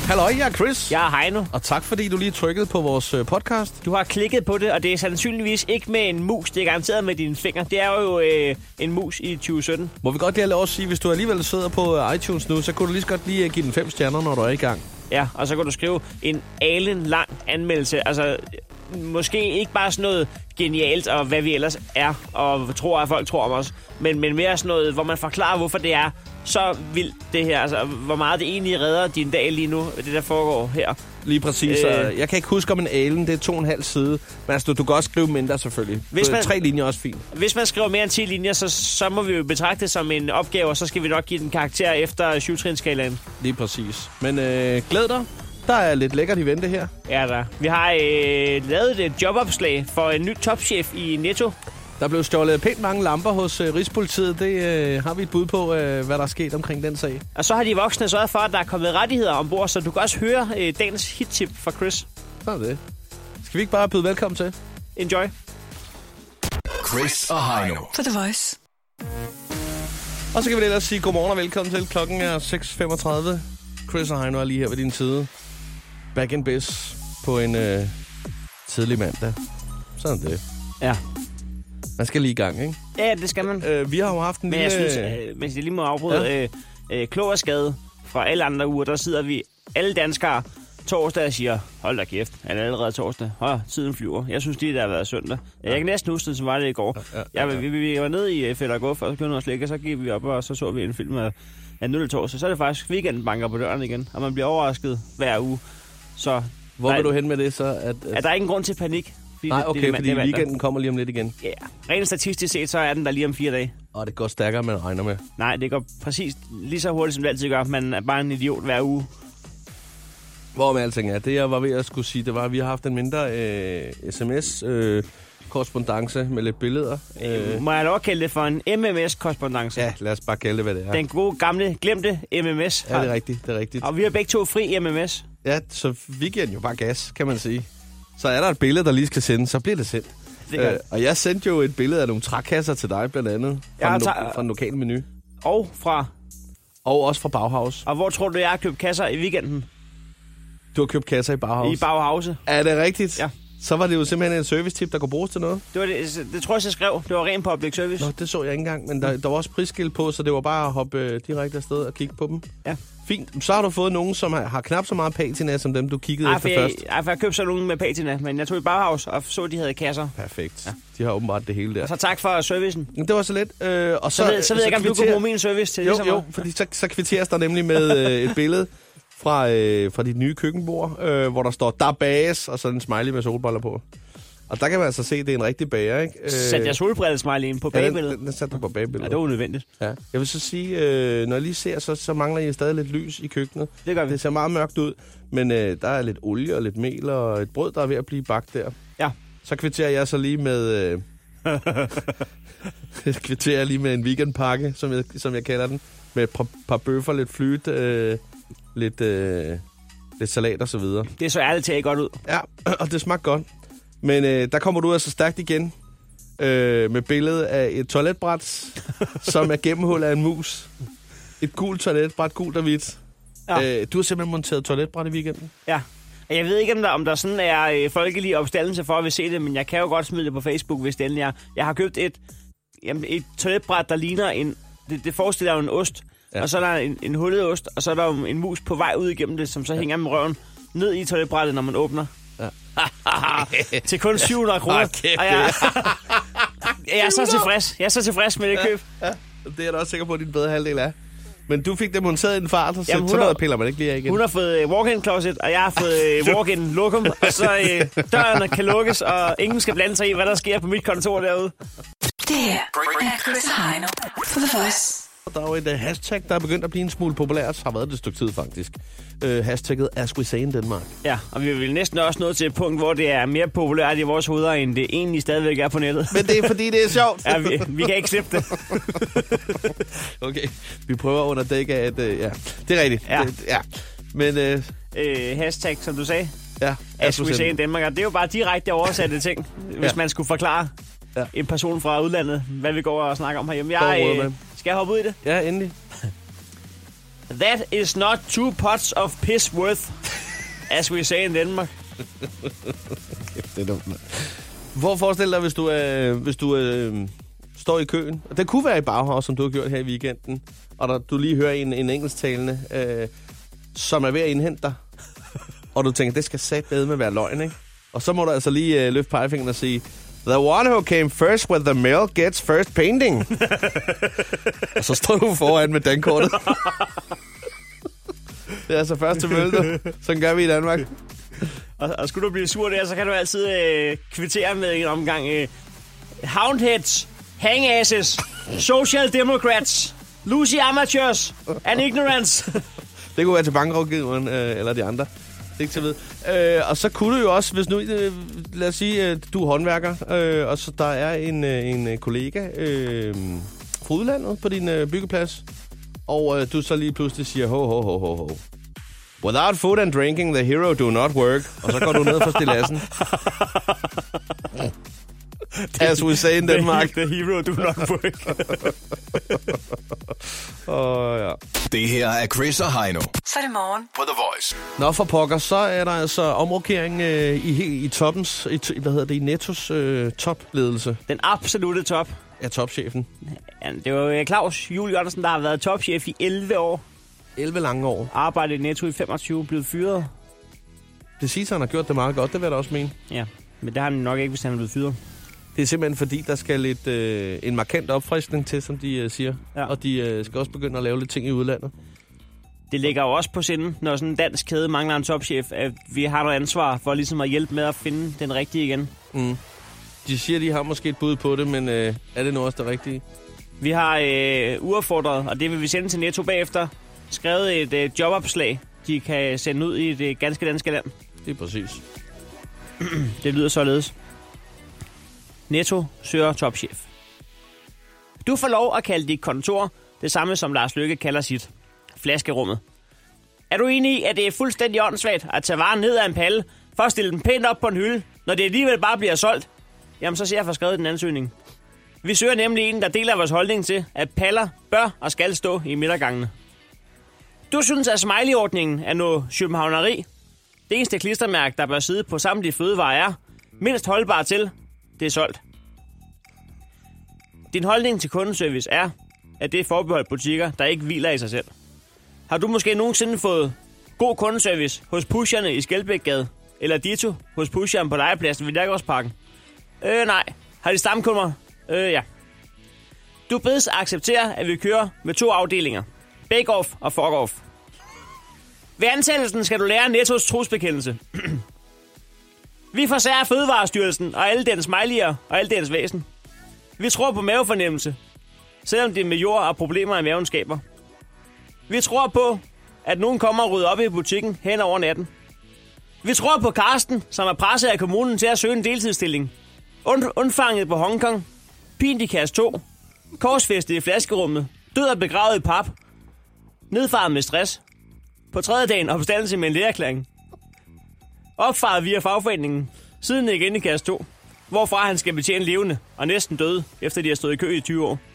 Halløj, jeg er Chris. Jeg er Heino. Og tak fordi du lige trykkede på vores podcast. Du har klikket på det, og det er sandsynligvis ikke med en mus. Det er garanteret med dine fingre. Det er jo en mus i 2017. Må vi godt lige lov at sige, hvis du alligevel sidder på iTunes nu, så kunne du lige så godt lige give den 5 stjerner, når du er i gang. Ja, og så kan du skrive en lang anmeldelse. Altså, måske ikke bare sådan noget genialt, og hvad vi ellers er, og tror, at folk tror om os. Men mere sådan noget, hvor man forklarer, hvorfor det er så vildt det her. Altså, hvor meget det egentlig redder din dag lige nu, det der foregår her. Lige præcis. Jeg kan ikke huske om en alen, det er 2,5 side. Men altså, du kan også skrive mindre selvfølgelig. 3 linjer er også fint. Hvis man skriver mere end 10 linjer, så må vi jo betragte det som en opgave, og så skal vi nok give den karakter efter 7-trinskalaen. Lige præcis. Men glæd dig. Der er lidt lækkert i vente her. Ja, der. Vi har lavet et jobopslag for en ny topchef i Netto. Der blev stjålet pænt mange lamper hos Rigspolitiet. Det har vi et bud på, hvad der er sket omkring den sag. Og så har de voksne sørget for, at der er kommet rettigheder ombord, så du kan også høre dagens hit-tip fra Chris. Sådan det. Skal vi ikke bare byde velkommen til? Enjoy. Chris og Heino. For The Voice. Og så kan vi ellers sige godmorgen og velkommen til. Klokken er 6:35. Chris og Heino er lige her ved din side. Back in biz på en tidlig mandag. Sådan det. Ja. Man skal lige i gang, ikke? Ja, det skal man. Vi har jo haft en lille... Men jeg synes, hvis jeg lige må afbryde, klog og skade fra alle andre uger, der sidder vi alle danskere torsdag og siger, hold da kæft, er det allerede torsdag? Tiden flyver. Jeg synes lige, det har været søndag. Jeg kan næsten huske det, som var det i går. Vi var nede i Fælder Gå for at købe noget slik, og så gik vi op, og så vi en film af 0 torsdag. Så er det faktisk weekenden banker på døren igen, og man bliver overrasket hver uge. Så hvor vil du hen med det så? At der er ingen grund til panik. Nej, okay, fordi weekenden kommer lige om lidt igen. Ja, rent statistisk set, så er den der lige om 4 dage. Og det går stærkere, end man regner med. Nej, det går præcis lige så hurtigt, som det altid gør. Man er bare en idiot hver uge. Hvor med alting er. Det, jeg var ved at skulle sige, det var, at vi har haft en mindre sms-korrespondance med lidt billeder. Må jeg lov at kalde det for en MMS-korrespondance? Ja, lad os bare kalde det, hvad det er. Den gode, gamle, glemte MMS. Ja, det er rigtigt. Og vi har begge to fri MMS. Ja, så vi giver den jo bare gas, kan man sige. Så er der et billede, der lige skal sendes, så bliver det sendt. Og jeg sendte jo et billede af nogle trækasser til dig, blandt andet. Fra en lokal menu. Og også fra Bauhaus. Og hvor tror du, jeg har købt kasser i weekenden? Du har købt kasser i Bauhaus? I Bauhaus. Er det rigtigt? Ja. Så var det jo simpelthen en service-tip, der kunne bruges til noget? Det tror jeg skrev. Det var ren public service. Nå, det så jeg ikke engang, men der var også prisskilt på, så det var bare at hoppe direkte afsted og kigge på dem. Ja. Fint. Så har du fået nogen, som har knap så meget patina, som dem, du kiggede efter først. Jeg købte så nogen med patina, men jeg tog i Bauhaus og så, de havde kasser. Perfekt. Ja. De har åbenbart det hele der. Og så tak for servicen. Det var så let. Og så ved jeg ikke, om du kunne bruge min service til det. Jo, fordi så kvitteres der nemlig med et billede fra dit nye køkkenbord, hvor der står, der bages, og så en smiley med solbriller på. Og der kan man altså se, at det er en rigtig bager, ikke? Satte jeg solbrillesmiley ind på bagebilledet? Ja, den satte du på bagebilledet. Ja, det var unødvendigt. Ja. Jeg vil så sige, når jeg lige ser, så mangler I stadig lidt lys i køkkenet. Det gør vi. Det ser meget mørkt ud, men der er lidt olie og lidt mel og et brød, der er ved at blive bagt der. Ja. Så kvitterer jeg så lige med... kvitterer lige med en weekendpakke, som jeg kalder den. Med et par bøffer, lidt flyt, lidt salat og så videre. Det er så ærligt til godt ud. Ja, og det smagte godt. Men der kommer du altså stærkt igen med billedet af et toiletbræt, som er gennemhullet af en mus. Et gult toiletbræt, gult og hvidt. Ja. Du har simpelthen monteret toiletbræt i weekenden? Ja. Jeg ved ikke, om der sådan er folkelig opstandelse for at vi se det, men jeg kan jo godt smide det på Facebook, hvis det endelig er. Jeg har købt et toiletbræt, der ligner det forestiller jo en ost. Ja. Og så er der en hullet ost, og så er der jo en mus på vej ud igennem det, som så hænger med røven ned i toiletbrættet, når man åbner. Ja. Til kun 700 kroner. Jeg er så tilfreds. Jeg er så tilfreds med det køb. Ja. Det er jeg da også sikker på, at din bedre halvdel er. Men du fik det monteret i en fart, så noget piller man ikke lige af igen. Hun har fået walk-in closet, og jeg har fået walk-in lokum, og så dørene kan lukkes, og ingen skal blande sig i, hvad der sker på mit kontor derude. Det her er Chris Heino for The Voice. Der er jo et hashtag, der er begyndt at blive en smule populært. Har været det et stykke tid, faktisk. Hashtagget Ask We Say in Denmark. Ja, og vi vil næsten også nå til et punkt, hvor det er mere populært i vores hoveder, end det egentlig stadigvæk er på nettet. Men det er, fordi det er sjovt. Ja, vi kan ikke slippe det. Okay, vi prøver under dæk af, at... ja, det er rigtigt. Ja. Ja. Men... hashtag, som du sagde. Ja. Ask We Say in Denmark. Det er jo bare direkte oversatte ting, hvis man skulle forklare en person fra udlandet, hvad vi går og snakker om herhjemme. Skal jeg hoppe ud i det? Ja, endelig. That is not 2 pots of piss worth, as we say in Denmark. Det er dumt. Hvor forestil dig, hvis du står i køen, og det kunne være i Bauhaus, som du har gjort her i weekenden, og du lige hører en engelsktalende, som er ved at indhente dig, og du tænker, det skal satme være løgn, ikke? Og så må du altså lige løfte pegefingeren og sige, the one who came first with the mail gets first painting. Og så står du foran med dankortet. Det er altså første mølle. Sådan gør vi i Danmark. Og skulle du blive sur der, så kan du altid kvittere med en omgang. Houndheads, hangasses, social democrats, loosey amateurs and ignorance. Det kunne være til bankrådgiveren eller de andre. Det er ikke til at vide. Og så kunne du jo også, hvis nu, lad os sige, du er håndværker, og så der er en kollega fra udlandet på din byggeplads, og du så lige pludselig siger, ho. Without food and drinking, the hero do not work. Og så går du ned for stillassen. As we say in Denmark. The hero do not work. Ja. Det her er Chris og Heino Så er det morgen. på The Voice. Nå, for pokker, så er der altså omrokering i toppens, i Nettos topledelse. Den absolute top. Ja, topchefen. Ja, det var Claus Juhl Jørgensen, der har været topchef i 11 år. 11 lange år. Arbejdet i Netto i 25, blevet fyret. Det siger, han har gjort det meget godt, det vil jeg da også mene. Ja, men det har han nok ikke, hvis han er blevet fyret. Det er simpelthen fordi, der skal lidt en markant opfriskning til, som de siger. Ja. Og de skal også begynde at lave lidt ting i udlandet. Det ligger jo også på sinden, når sådan en dansk kæde mangler en topchef, at vi har noget ansvar for ligesom at hjælpe med at finde den rigtige igen. Mm. De siger, de har måske et bud på det, men er det nu også det rigtige? Vi har uaffordret, og det vil vi sende til Netto bagefter, skrevet et jobopslag, de kan sende ud i det ganske danske land. Det er præcis. Det lyder således. Netto søger topchef. Du får lov at kalde dit kontor det samme, som Lars Løkke kalder sit flaskerummet. Er du enig i, at det er fuldstændig åndssvagt at tage varen ned af en palle, for at stille den pænt op på en hylde, når det alligevel bare bliver solgt? Jamen, så ser jeg for skrevet den ansøgning. Vi søger nemlig en, der deler vores holdning til, at paller bør og skal stå i midtergangene. Du synes, at smiley-ordningen er noget københavneri? Det eneste klistermærke, der bør sidde på samtlige fødevarer er mindst holdbar til, det er solgt. Din holdning til kundeservice er, at det er forbeholdt butikker, der ikke hviler i sig selv. Har du måske nogensinde fået god kundeservice hos pusherne i Skelbækgade, eller ditto hos pusheren på legepladsen ved Lærgårdsparken? Nej. Har de stamkunder? Ja. Du bedes acceptere, at vi kører med 2 afdelinger. Bake-off og fuck-off. Ved ansættelsen skal du lære Nettos trosbekendelse. Vi forsager Fødevarestyrelsen og alle dens smiley'er og alle dens væsen. Vi tror på mavefornemmelse, selvom det med jord og problemer i maven skaber. Vi tror på, at nogen kommer og rydder op i butikken hen over natten. Vi tror på Karsten, som er presset af kommunen til at søge en deltidsstilling. Undfanget på Hongkong. Pint i kasse 2. Korsfæstet i flaskerummet. Død og begravet i pap. Nedfaret med stress. På 3. dagen opstandelse med en lægeerklæring. Opfaret via fagforeningen. Siden igen i kasse 2. Hvorfra han skal betjene levende og næsten døde, efter de har stået i kø i 20 år.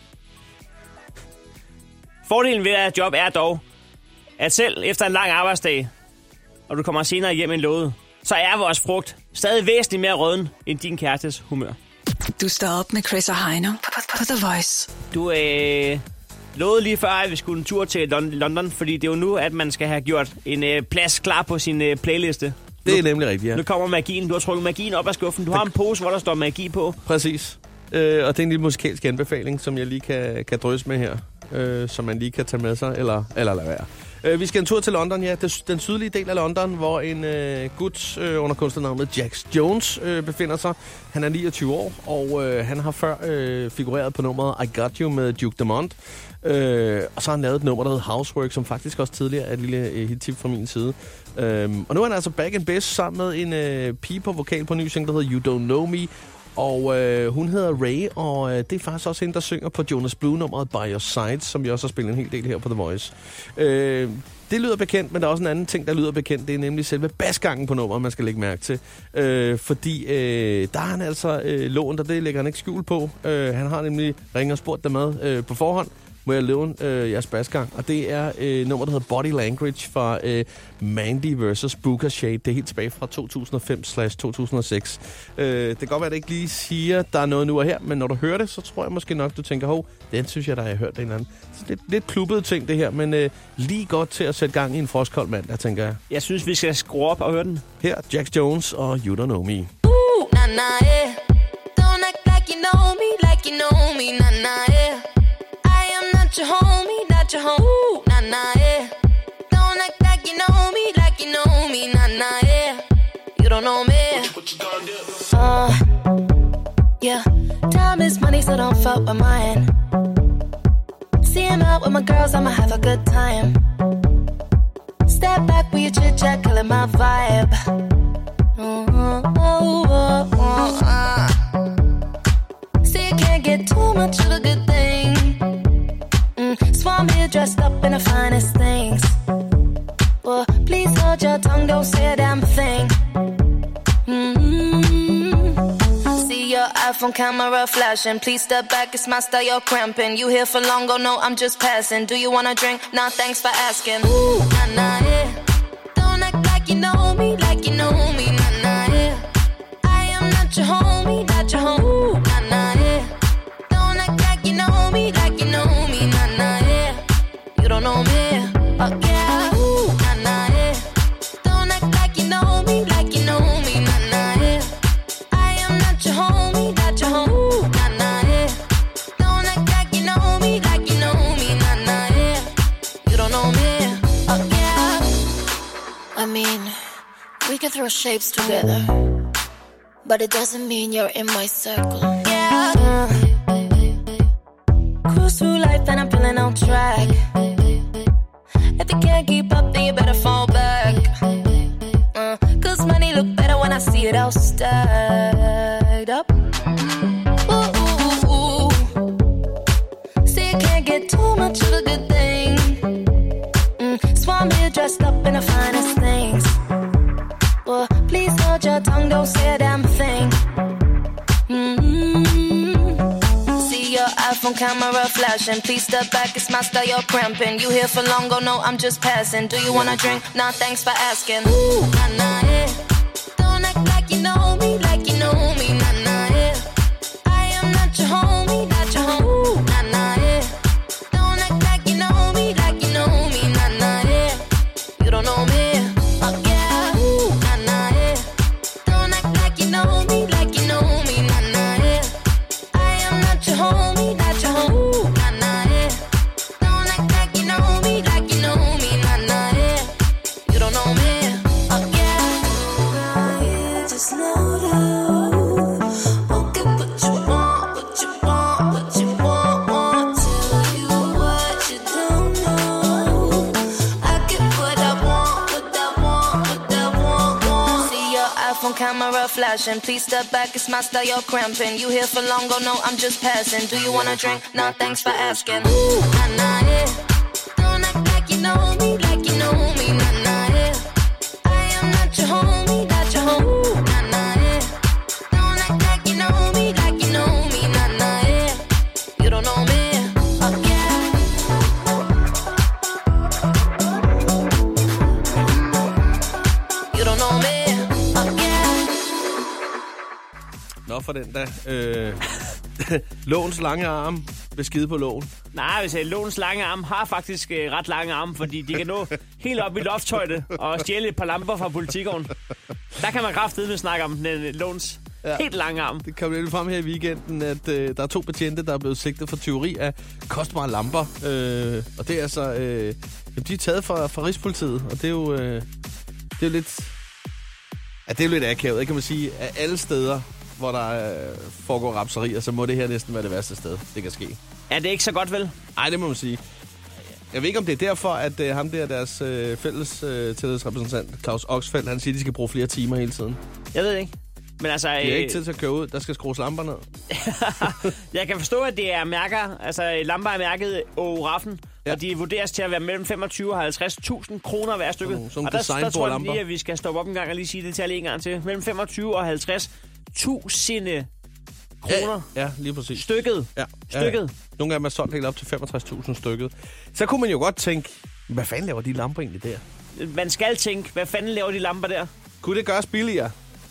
Fordelen ved at job er dog, at selv efter en lang arbejdsdag, og du kommer senere hjem end lovet, så er vores frugt stadig væsentligt mere rødden end din kærestes humør. Du står op med Chris og Heino på The Voice. Du lovede lige før, at vi skulle en tur til London, fordi det er jo nu, at man skal have gjort en plads klar på sin playliste. Det er nemlig rigtigt, ja. Nu kommer magien. Du har trukket magien op af skuffen. Du har en pose, hvor der står magi på. Præcis. Og det er en lille musikalsk anbefaling, som jeg lige kan drøse med her. Som man lige kan tage med sig, eller lade være. Vi skal en tur til London, ja. Den sydlige del af London, hvor en gut under kunstnernavnet Jax Jones befinder sig. Han er 29 år, og han har før figureret på nummeret I Got You med Duke Dumont. Og så har han lavet et nummer, der hedder Housework, som faktisk også tidligere er et lille hit-tip fra min side. Og nu er han altså back in biz sammen med en pige på vokal på en ny single, der hedder You Don't Know Me. Og hun hedder Ray, og det er faktisk også hende, der synger på Jonas Blue-nummeret By Your Side, som vi også har spillet en hel del her på The Voice. Det lyder bekendt, men der er også en anden ting, der lyder bekendt. Det er nemlig selve basgangen på nummeret, man skal lægge mærke til. Fordi der har han altså lånt, og det lægger han ikke skjul på. Han har nemlig ringet og spurgt dem med på forhånd. må jeg låne jeres basgang. Og det er nummer, der hedder Body Language fra Mandy vs. Booker Shade. Det er helt tilbage fra 2005/2006. Det kan godt være, at det ikke lige siger, der er noget nu og her, men når du hører det, så tror jeg måske nok, du tænker, hov, den synes jeg, der har jeg hørt en eller anden. Så det er lidt klubbet ting, det her, men lige godt til at sætte gang i en frosskold mand, der tænker jeg. Jeg synes, vi skal skrue op og høre den. Her, Jax Jones og You Don't Know Me. Nah, nah, yeah. Don't act like you know me, like you know me, nah, nah, yeah. I am not your homie, not your home, nah, nah, yeah. Don't act like you know me, like you know me, nah, nah, yeah. You don't know me. What you gonna do? Yeah. Time is money, so don't fuck with mine. See him out with my girls, I'ma have a good time. Step back with your chit-chat, killing my vibe. See, you can't get too much of a good thing. Swam here dressed up in the finest things. Well, please hold your tongue, don't say a damn thing. See your iPhone camera flashing. Please step back, it's my style, you're cramping. You here for long, oh no, I'm just passing. Do you wanna drink? Nah, thanks for asking. Ooh, nah, nah, yeah. Don't act like you know me, like you know me, nah, nah, yeah. I am not your homie, not your home, ooh, nah, nah, yeah. Don't act like you know me, like you know me, nah, nah, yeah. You don't know me, oh yeah, ooh, nah, nah, yeah. Don't act like you know me, like you know me, nah, nah, yeah. I am not your homie, not your home, ooh, nah, nah, yeah. Don't act like you know me, like you know me, nah, nah, yeah. You don't know me, oh yeah. I mean, we can throw shapes together, but it doesn't mean you're in my circle. Yeah. Cruise through life and I'm feeling on track. If you can't keep up, then you better fall back. Cause money look better when I see it all stacked up. Ooh, ooh, ooh. See, you can't get too much of a good thing. Swam here dressed up in the finest things. Well, please hold your tongue, don't say a damn thing. See your iPhone camera flashing. Please step back, it's my style, you're cramping. You here for long, oh no, I'm just passing. Do you wanna drink? Nah, thanks for asking. Ooh, nah, nah, yeah. Don't act like you know me, like you know me, nah, nah, yeah. I am not your homie, not your home, ooh, nah, nah, yeah. Don't act like you know me, like you know me, nah, nah, yeah. You don't know me, oh yeah, ooh, nah, nah, yeah. Don't act like you know me, like you know me, nah, nah, yeah. I am not your homie, not your home, ooh, nah, nah, yeah. Don't act like you know me, like you know me, nah, nah, yeah. You don't know me, oh yeah. Just slow down. Won't get what you want, what you want, what you want. Tell you what you don't know. I get what I want, what I want, what I want. See your iPhone camera flashing. Please step back, it's my style, you're cramping. You here for long, oh no, I'm just passing. Do you wanna drink? Nah, thanks for asking. Ooh, nah, nah, yeah. Don't act like you know me, like you know me, nah, nah, yeah. I am not your homie, not your home, ooh, nah, nah, yeah. Don't act like you know me, like you know me, nah, nah, yeah. You don't know me, oh yeah. You don't know me, oh yeah. Nå for den da. Låns lange arm vil skide på lån. Nej, hvis Låns lange arm har faktisk ret lange arme, fordi de kan nå helt op i lofthøjde og stjæle et par lamper fra Politigården. Der kan man kraftedeme snakke om den Låns helt lange arm. Det kom lidt frem her i weekenden, at der er 2 betjente, der er blevet sigtet for tyveri af kostbare lamper. Og det er altså... de er taget fra Rigspolitiet, og det er jo... det er jo lidt... Ja, det er jo lidt akavet, ikke, kan man sige. Af alle steder, hvor der foregår rapserier, så må det her næsten være det værste sted, det kan ske. Er det ikke så godt, vel? Nej, det må man sige. Jeg ved ikke, om det er derfor, at ham der, deres fælles tillidsrepræsentant, Claus Oxfeldt, han siger, at de skal bruge flere timer hele tiden. Jeg ved ikke. Men altså... Det er ikke tid til at køre ud. Der skal skrues lamper ned. Jeg kan forstå, at det er mærker. Altså, lamper er mærket Oraffen. Ja. Og de vurderes til at være mellem 25 og 50.000 kroner hver stykket. Og der tror jeg lige, at vi skal stoppe op en gang og lige sige det tal en gang til. Mellem 25 og 50.000 kroner. Ja, lige præcis. Stykket. Ja. Stykket. Nogle af dem er solgt helt op til 65.000 stykket. Så kunne man jo godt tænke, hvad fanden laver de lamper egentlig der? Man skal tænke, hvad fanden laver de lamper der? Kunne det gøres billigere?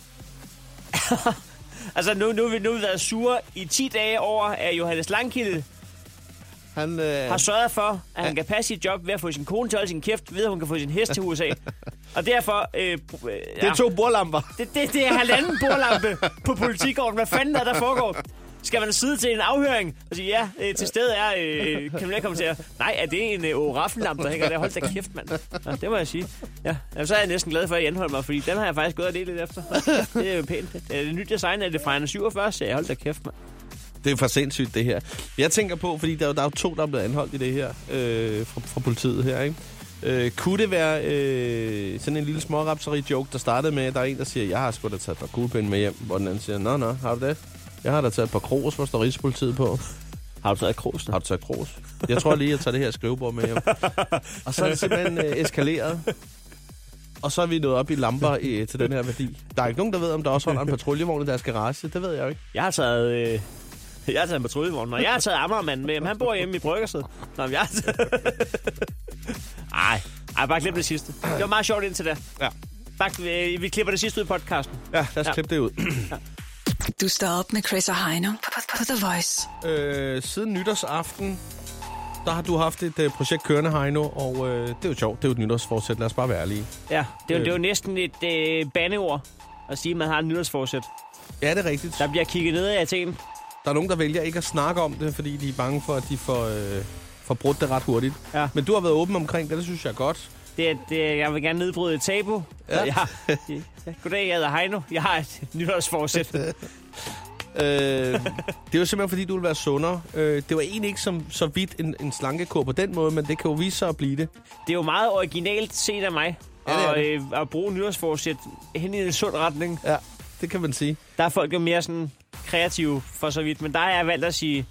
Altså, nu har vi været sure i 10 dage over, at Johannes Langkilde Han har sørget for, at han kan passe sit job ved at få sin kone til at holde sin kæft, ved at hun kan få sin hest til USA. Og derfor... det er 2 bordlamper. Det er 1,5 bordlampe på Politigården. Hvad fanden er der foregår? Skal man sidde til en afhøring og sige, ja, til stedet er kriminalkommissær. Nej, er det en Oraffen-lampe, der hænger der? Hold da kæft, mand. Ja, det må jeg sige. Ja, så er jeg næsten glad for, at I anholder mig, fordi den har jeg faktisk gået og delt lidt efter. Det er jo pænt. Det er det nyt design, er det fra en 47, så jeg hold da kæft, mand. Det er for sindssygt, det her. Jeg tænker på, fordi der er jo 2, der er blevet anholdt i det her, fra politiet her, ikke? Kunne det være sådan en lille smårapseri-joke, der startede med, at der er en, der siger, jeg har sgu da taget et par kuglepinde med hjem, hvor den anden siger, nå, har du det? Jeg har da taget et par kros, hvor står Rigspolitiet på. Har du taget kros? Har du taget kros? Jeg tror lige, jeg tager det her skrivebord med hjem. Og så er det simpelthen eskaleret. Og så er vi nået op i lamper til den her værdi. Der er ikke nogen, der ved, om der også holder en patruljevogn i deres garage. Det ved jeg jo ikke. Jeg har taget en patruljevogn, og jeg har taget Amagermanden med. Han bor hjemme i Bryggersted. Nå, jeg har Ej, bare glem det sidste. Det var meget sjovt indtil da. Ja. Vi klipper det sidste ud i podcasten. Ja, lad os klippe det ud. Du står op med Chris og Heino på The Voice. Siden nytårsaften, der har du haft et projekt kørende, Heino, og det er jo sjovt. Det er jo et nytårsforsæt. Lad os bare være ærlige. Ja, det er jo næsten et bandeord at sige, at man har et nytårsforsæt. Ja, det er rigtigt. Der bliver kigget ned af Athen. Der er nogen, der vælger ikke at snakke om det, fordi de er bange for, at de får brudt det ret hurtigt. Ja. Men du har været åben omkring det, det synes jeg er godt. Jeg vil gerne nedbryde et tabu. Ja. Goddag, jeg hedder Heino. Jeg har et nytårsforsæt. Det er jo simpelthen, fordi du vil være sundere. Det var egentlig ikke så vidt en slankekur på den måde, men det kan jo vise sig at blive det. Det er jo meget originalt set af mig at bruge nytårsforsæt hen i en sund retning. Ja, det kan man sige. Der er folk jo mere sådan kreative for så vidt, men der er jeg valgt at sige...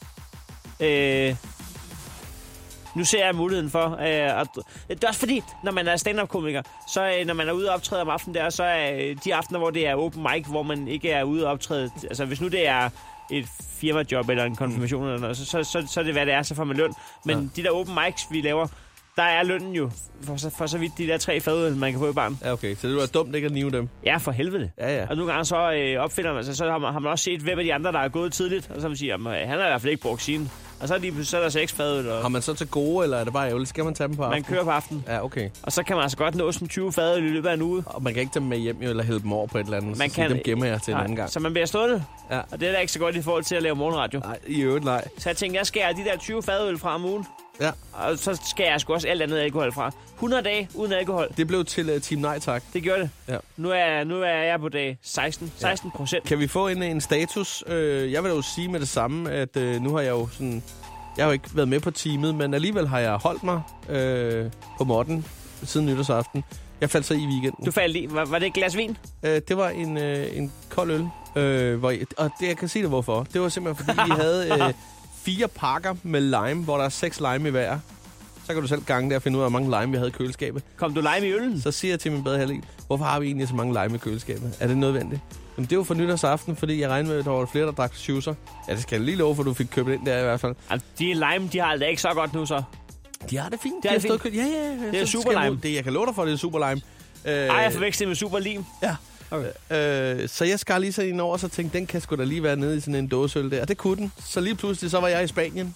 Nu ser jeg muligheden for... det er også fordi, når man er stand-up-komiker, så når man er ude og optræde om aftenen der, så er de aftener, hvor det er open mic, hvor man ikke er ude og optræde... Altså, hvis nu det er et firmajob eller en konfirmation eller noget, så er det, hvad det er, så får man løn. Men de der open mics, vi laver, der er lønnen jo for så vidt de der 3 fadøl, man kan få i barn. Ja, okay. Så det er dumt ikke at nive dem? Ja, for helvede. Ja. Og nogle gange så opfinder man sig, så har man også set, hvem af de andre, der er gået tidligt, og så man siger, han har i hvert fald ikke brugt sin. Og så er der 6 fadøl. Og... Har man så til gode, eller er det bare ærgerligt? Skal man tage dem på aftenen? Man kører på aftenen. Ja, okay. Og så kan man altså godt nå sådan 20 fadøl i løbet af en uge. Og man kan ikke tage dem med hjem, eller hælde dem over på et eller andet. Man kan... Dem gemmer jeg til en anden gang. Så man bliver stående. Ja. Og det er da ikke så godt i forhold til at lave morgenradio. Nej, i øvrigt nej. Så jeg tænker, jeg skærer de der 20 fadøl fra om ugen. Ja. Og så skal jeg sgu også alt andet alkohol fra. 100 dage uden alkohol. Det blev til Team Nej Tak. Det gjorde det. Ja. Nu er jeg på dag 16%. Kan vi få en status? Jeg vil jo sige med det samme, at nu har jeg jo sådan... Jeg har jo ikke været med på teamet, men alligevel har jeg holdt mig på måtten siden nytårsaften. Jeg faldt så i weekenden. Du faldt i? Var det et glas vin? Det var en kold øl. Og det, jeg kan sige det hvorfor. Det var simpelthen, fordi vi havde 4 pakker med lime, hvor der er 6 lime i hver. Så kan du selv gange der og finde ud af, hvor mange lime vi havde i køleskabet. Kom du lime i øllen? Så siger jeg til min bedre halvdel, hvorfor har vi egentlig så mange lime i køleskabet? Er det nødvendigt? Men det var for nytårsaften, fordi jeg regnede med, at der var flere, der drak juicer. Ja, det skal jeg lige love, for du fik købt ind der i hvert fald. Altså, de lime, de har det ikke så godt nu, så. De har det fint. Det er fint. Ja. Det er super lime. Jeg kan love dig for, det er super lime. Jeg forveksler med super lim. Ja. Okay. Så jeg skar lige så ind over, og så tænkte, den kan sgu da lige være nede i sådan en dåseøl der. Og det kunne den. Så lige pludselig, så var jeg i Spanien.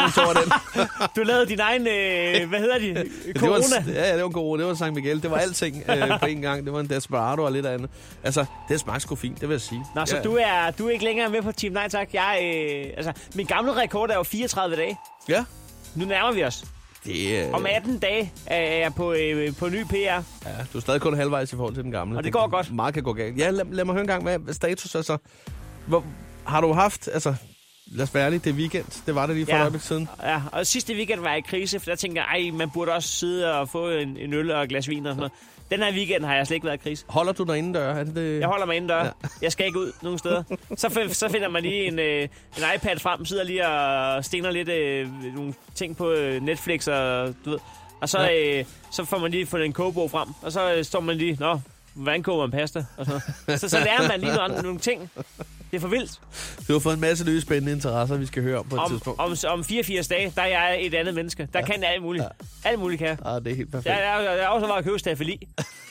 Du lavede din egen, hvad hedder de? Corona? Det var en corona. Det var San Miguel. Det var alting på en gang. Det var en desperado og lidt andet. Altså, det smagte sgu fint, det vil jeg sige. Nå, så du er ikke længere med på Team Nej Tak. Min gamle rekord er jo 34 dage. Ja. Nu nærmer vi os. Om 18 dage er jeg på ny PR. Ja, du er stadig kun halvvejs i forhold til den gamle. Og det går godt. Meget kan gå galt. Ja, lad mig høre en gang, hvad status er så. Har du haft, altså, lad os være ærlig, det er weekend. Det var det lige for et øjeblik siden. Ja, og sidste weekend var jeg i krise, for der tænkte jeg, man burde også sidde og få en øl og et glas vin og sådan noget. Den her weekend har jeg slet ikke været i krise. Holder du dig indendør? Jeg holder mig indendør. Ja. Jeg skal ikke ud nogen steder. Så finder man lige en iPad frem, sidder lige og stener lidt nogle ting på Netflix og du ved. Og så får man lige fundet en kogebog frem, og så står man lige, hvordan koger man pasta? Og så lærer man lige nogle ting. Det er for vildt. Du har fået en masse nye spændende interesser, vi skal høre om på et tidspunkt. Om 84 dage, der er jeg et andet menneske. Der kan alt muligt. Ja. Alt muligt kan jeg. Ah, det er helt perfekt. Jeg er også bare at købe staffeli.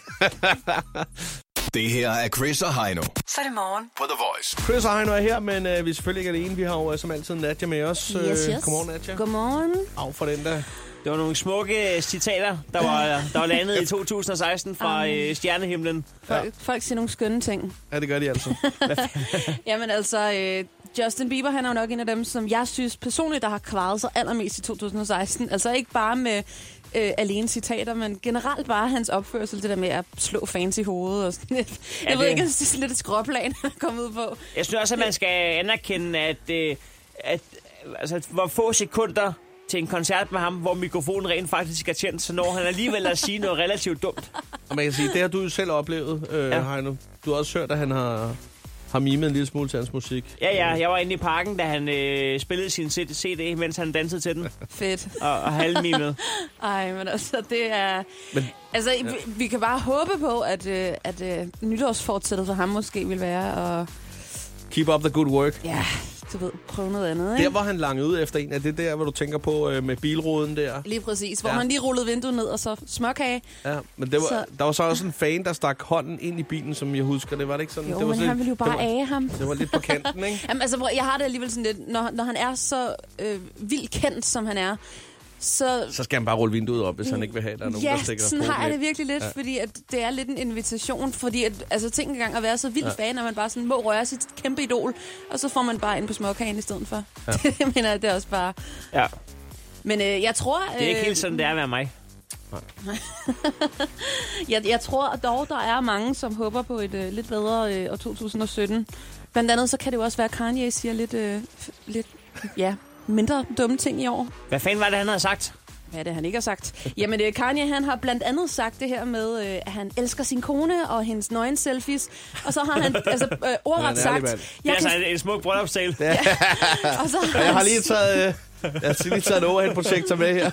Det her er Chris og Heino Så er det morgen. på The Voice. Chris og Heino er her, men vi er selvfølgelig ikke alene. Vi har jo som altid Nadja med os. Yes. Godmorgen, Nadja. Godmorgen. Af for den der. Det var nogle smukke citater, der var landet i 2016 fra stjernehimlen. Folk siger nogle skønne ting. Ja, det gør de altså. Jamen altså, Justin Bieber, han er jo nok en af dem, som jeg synes personligt, der har klaret sig allermest i 2016. Altså ikke bare med alene citater, men generelt bare hans opførsel, det der med at slå fans i hovedet og sådan lidt. Jeg ved ikke, det er sådan lidt et skråplan at komme ud på. Jeg synes også, at man skal anerkende, at altså, hvor få sekunder til en koncert med ham, hvor mikrofonen rent faktisk er tændt, så når han alligevel at sige noget relativt dumt. Og man kan sige, det har du jo selv oplevet, Heino. Du har også hørt, at han har mimet en lille smule til hans musik. Ja, jeg var inde i parken, da han spillede sin CD, mens han dansede til den. Fedt. Og halvmimet. Ej, men altså, det er... Altså, vi kan bare håbe på, at nytårsfortsættet for ham måske vil være at... Keep up the good work. Ja, du ved, prøve noget andet, ikke? Der, hvor han langede ud efter en, er det der, hvor du tænker på med bilruden der? Lige præcis, hvor han lige rullede vinduet ned, og så smørkage. Ja, men det var, der var så også en fan, der stak hånden ind i bilen, som jeg husker. Det var det ikke sådan? Jo, det var men han ville jo bare af ham. Det var lidt på kanten, ikke? Jamen, altså, jeg har det alligevel sådan lidt, når han er så vildt kendt, som han er, så skal han bare rulle vinduet op, hvis han ikke vil have, der er nogen, der stikker sådan på har jeg det virkelig lidt, fordi at det er lidt en invitation, fordi at, altså, tænk engang at være så vild fan, at man bare sådan må røre sit kæmpe idol, og så får man bare ind på småkagen i stedet for. Ja. Det mener jeg, det er også bare... Ja. Men jeg tror... Det er ikke helt sådan, det er at være mig. jeg tror dog, der er mange, som håber på et lidt bedre år 2017. Blandt andet, så kan det jo også være, at Kanye siger lidt mindre dumme ting i år. Hvad fanden var det, han havde sagt? Hvad er det, han ikke har sagt? Jamen, Kanye, han har blandt andet sagt det her med, at han elsker sin kone og hendes nøgen-selfies. Og så har han ordret sagt... Det er altså en smuk bryllupstale. Ja. Og så jeg har lige taget... Jeg har lige taget en overhead-projektor med her.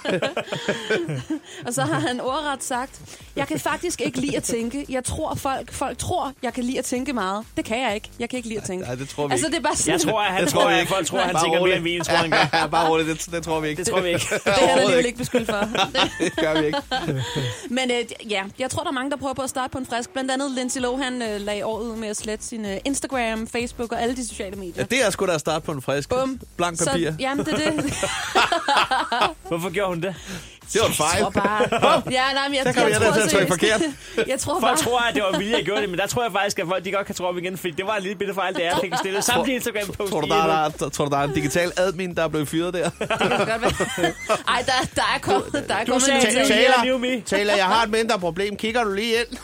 Og så har han ordret sagt, jeg kan faktisk ikke lide at tænke. Jeg tror, folk tror, jeg kan lide at tænke meget. Det kan jeg ikke. Jeg kan ikke lide at tænke. Nej, det tror vi altså, ikke. Det er bare sådan, jeg tror, at folk tror, at han tænker mere end vi, tror han gør. Ja, bare roligt. Det tror vi ikke. Det tror vi ikke. Det er han alligevel ikke beskyldt for. Det gør vi ikke. Men jeg tror, der er mange, der prøver på at starte på en frisk. Blandt andet Lindsay Lohan lagde året med at slette sin Instagram, Facebook og alle de sociale medier. Ja, det er sgu da at starte på en frisk. Bum. Blank papir. Så, jamen, det er det. Hvorfor gjorde hun det? Det var en fejl. Jeg tror bare... Ja, nej, men jeg tror til at trykke forkert. Jeg tror folk bare... tror, at det var vilje, jeg gjorde det, men der tror jeg faktisk, at folk de godt kan tro op igen, fordi det var en lille bitte fejl, det er, at jeg fik stillet samtlige Instagram-post. Tror du, der er en digital admin, der er blevet fyret der? Det kan godt være. Ej, der er kommet... Du sagde, Taylor, jeg har et mindre problem. Kigger du lige ind?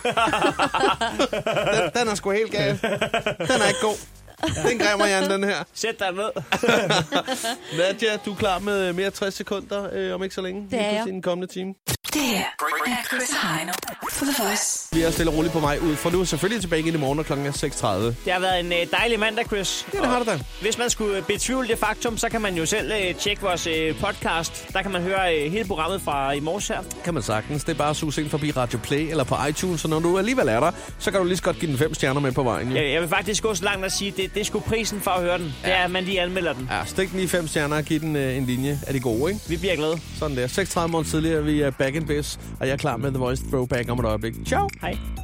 Den er sgu helt gal. Den er ikke god. Den græmmer jeg den her. Sæt dig ned. Nadja, du er klar med mere 60 sekunder om ikke så længe. Det er jeg. I den kommende time. Det her er Chris og Heino på The Voice. Vi er stille og roligt på mig ud, for du er selvfølgelig tilbage igen i morgen, og klokken er 6:30. Det har været en dejlig mandag, Chris. Ja, det har det da. Hvis man skulle betvivle det faktum, så kan man jo selv tjekke vores podcast. Der kan man høre hele programmet fra i morges her. Kan man sagtens. Det er bare at suge ind forbi Radio Play eller på iTunes, så når du alligevel er der, så kan du lige så godt give den 5 stjerner med på vejen. Ja. Jeg vil faktisk gå så langt at sige, det er sgu prisen for at høre den. Det er, at man lige anmelder den. Ja, stik den lige 5 stjerner og giv den en linje. Er de gode, ikke? Vi bliver glade. Sådan der. 6:30 morgen tidligere, vi er back in biz, og jeg er klar med The Voice Throwback om et øjeblik. Ciao! Hej.